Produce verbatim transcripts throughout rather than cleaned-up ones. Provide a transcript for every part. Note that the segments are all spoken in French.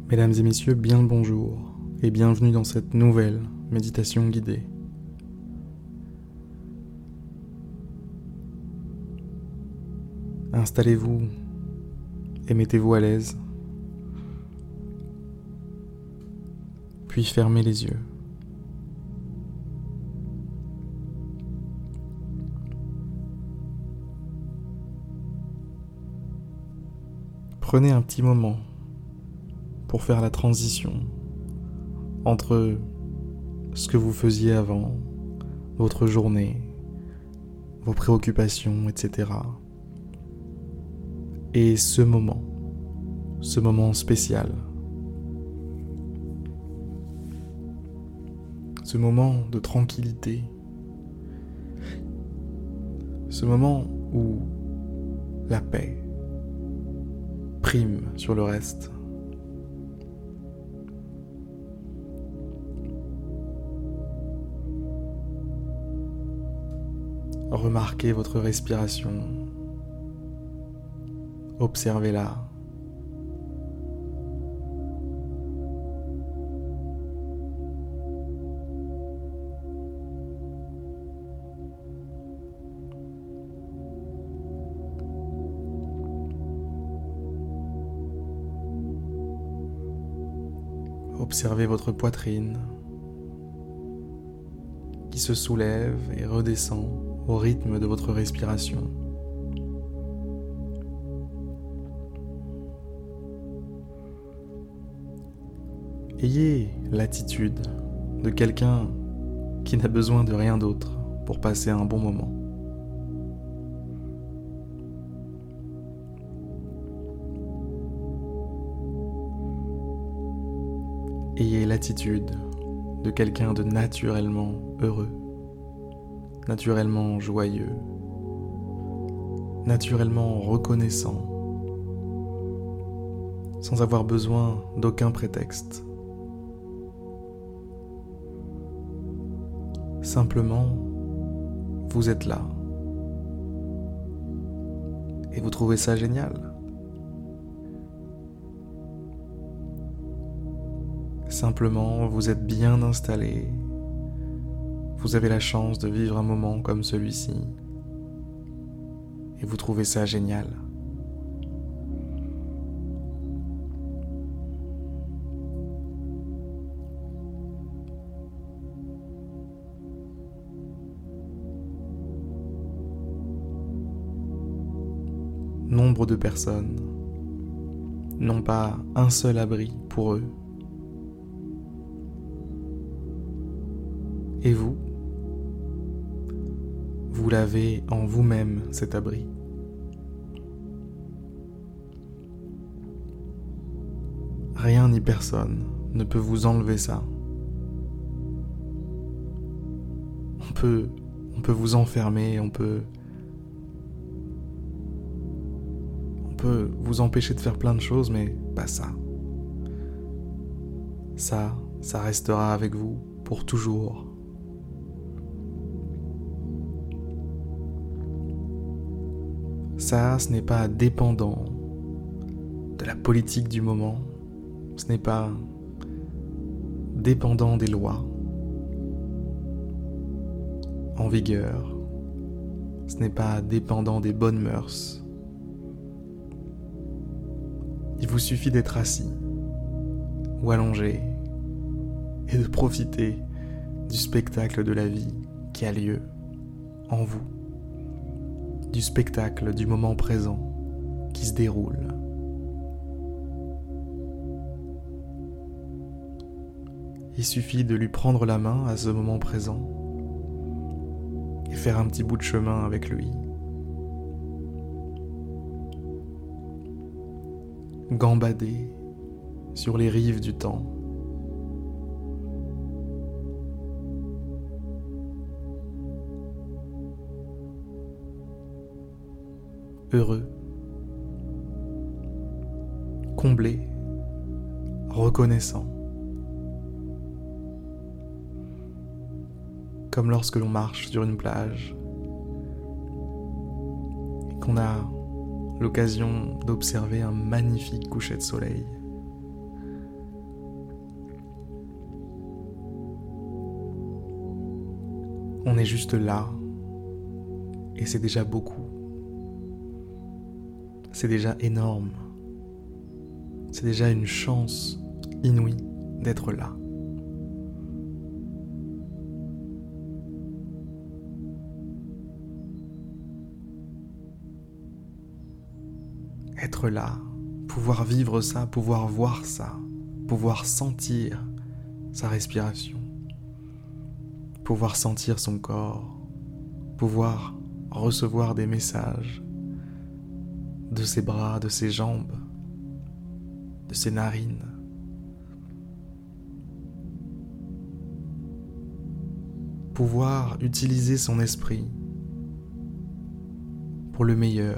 Mesdames et messieurs, bien le bonjour et bienvenue dans cette nouvelle méditation guidée. Installez-vous et mettez-vous à l'aise, puis fermez les yeux. Prenez un petit moment pour faire la transition entre ce que vous faisiez avant, votre journée, vos préoccupations, et cetera. Et ce moment, ce moment spécial, ce moment de tranquillité, ce moment où la paix prime sur le reste. Remarquez votre respiration, observez-la. Observez votre poitrine qui se soulève et redescend au rythme de votre respiration. Ayez l'attitude de quelqu'un qui n'a besoin de rien d'autre pour passer un bon moment. Ayez l'attitude de quelqu'un de naturellement heureux, naturellement joyeux, naturellement reconnaissant, sans avoir besoin d'aucun prétexte. Simplement, vous êtes là. Et vous trouvez ça génial. Simplement, vous êtes bien installé. Vous avez la chance de vivre un moment comme celui-ci. Et vous trouvez ça génial. Nombre de personnes n'ont pas un seul abri pour eux. Et vous, vous l'avez en vous-même cet abri. Rien ni personne ne peut vous enlever ça. On peut, on peut vous enfermer, on peut, on peut vous empêcher de faire plein de choses, mais pas ça. Ça, ça restera avec vous pour toujours. Ça, ce n'est pas dépendant de la politique du moment, ce n'est pas dépendant des lois en vigueur, ce n'est pas dépendant des bonnes mœurs. Il vous suffit d'être assis ou allongé et de profiter du spectacle de la vie qui a lieu en vous. Du spectacle du moment présent qui se déroule. Il suffit de lui prendre la main à ce moment présent et faire un petit bout de chemin avec lui. Gambader sur les rives du temps. Heureux, comblé, reconnaissant, comme lorsque l'on marche sur une plage et qu'on a l'occasion d'observer un magnifique coucher de soleil. On est juste là, et c'est déjà beaucoup. C'est déjà énorme. C'est déjà une chance inouïe d'être là. Être là, pouvoir vivre ça, pouvoir voir ça, pouvoir sentir sa respiration, pouvoir sentir son corps, pouvoir recevoir des messages de ses bras, de ses jambes, de ses narines. Pouvoir utiliser son esprit pour le meilleur.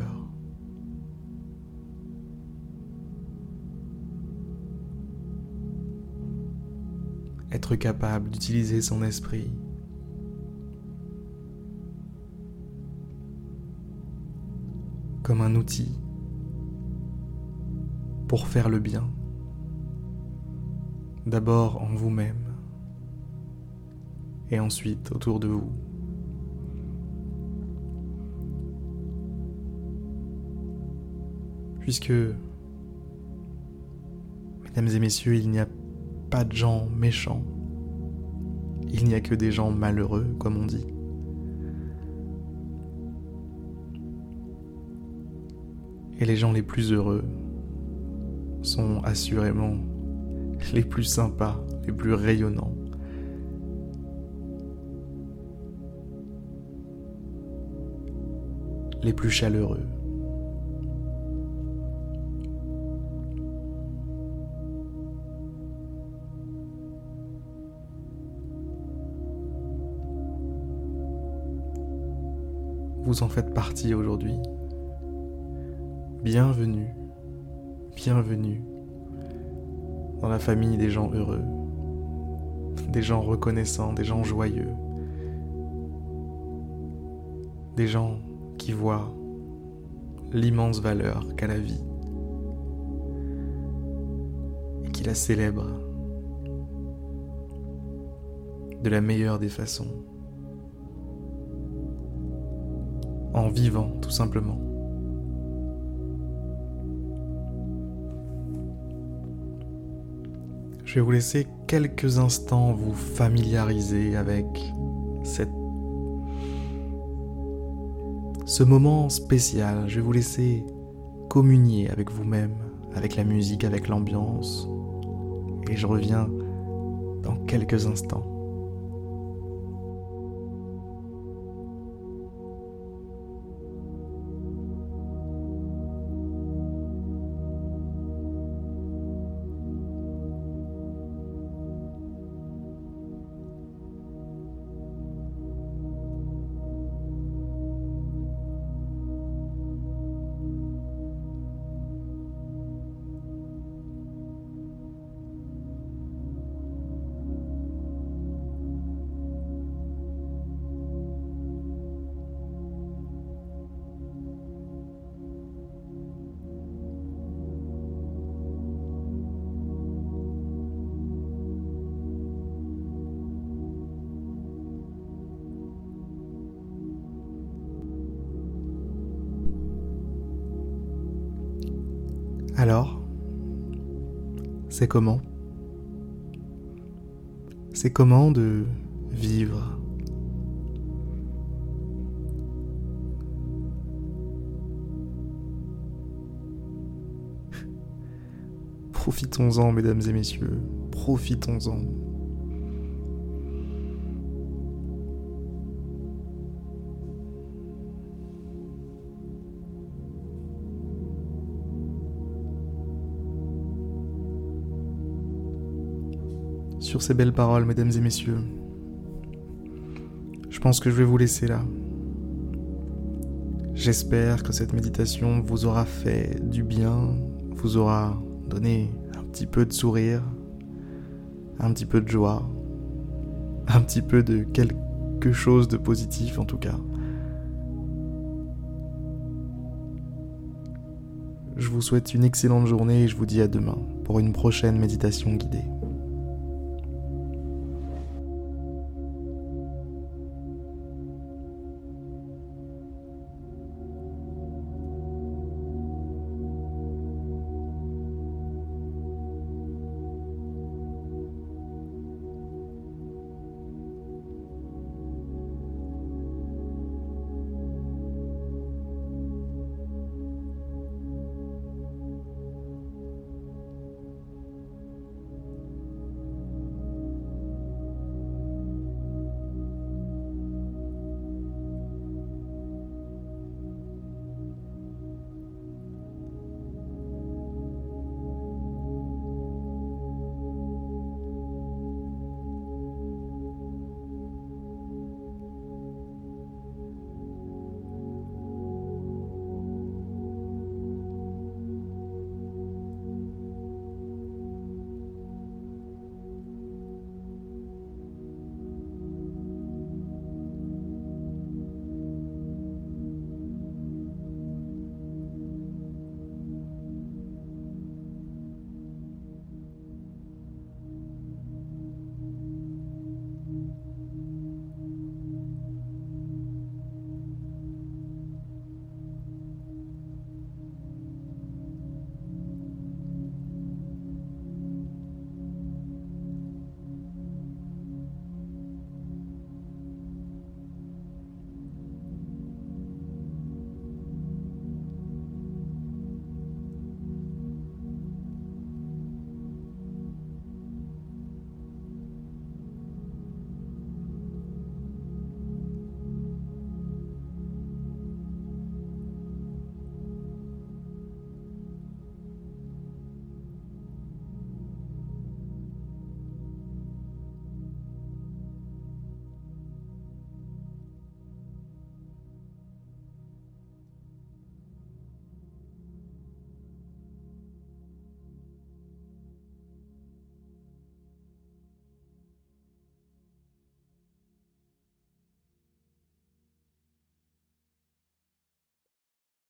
Être capable d'utiliser son esprit comme un outil pour faire le bien, d'abord en vous-même et ensuite autour de vous. Puisque, mesdames et messieurs, il n'y a pas de gens méchants, il n'y a que des gens malheureux, comme on dit. Et les gens les plus heureux sont assurément les plus sympas, les plus rayonnants. Les plus chaleureux. Vous en faites partie aujourd'hui. Bienvenue, bienvenue dans la famille des gens heureux, des gens reconnaissants, des gens joyeux, des gens qui voient l'immense valeur qu'a la vie et qui la célèbrent de la meilleure des façons, en vivant tout simplement. Je vais vous laisser quelques instants vous familiariser avec cette... ce moment spécial. Je vais vous laisser communier avec vous-même, avec la musique, avec l'ambiance. Et je reviens dans quelques instants. Alors, c'est comment ? C'est comment de vivre ? Profitons-en, mesdames et messieurs, profitons-en. Sur ces belles paroles, mesdames et messieurs, je pense que je vais vous laisser là. J'espère que cette méditation vous aura fait du bien, vous aura donné un petit peu de sourire, un petit peu de joie, un petit peu de quelque chose de positif en tout cas. Je vous souhaite une excellente journée et je vous dis à demain pour une prochaine méditation guidée.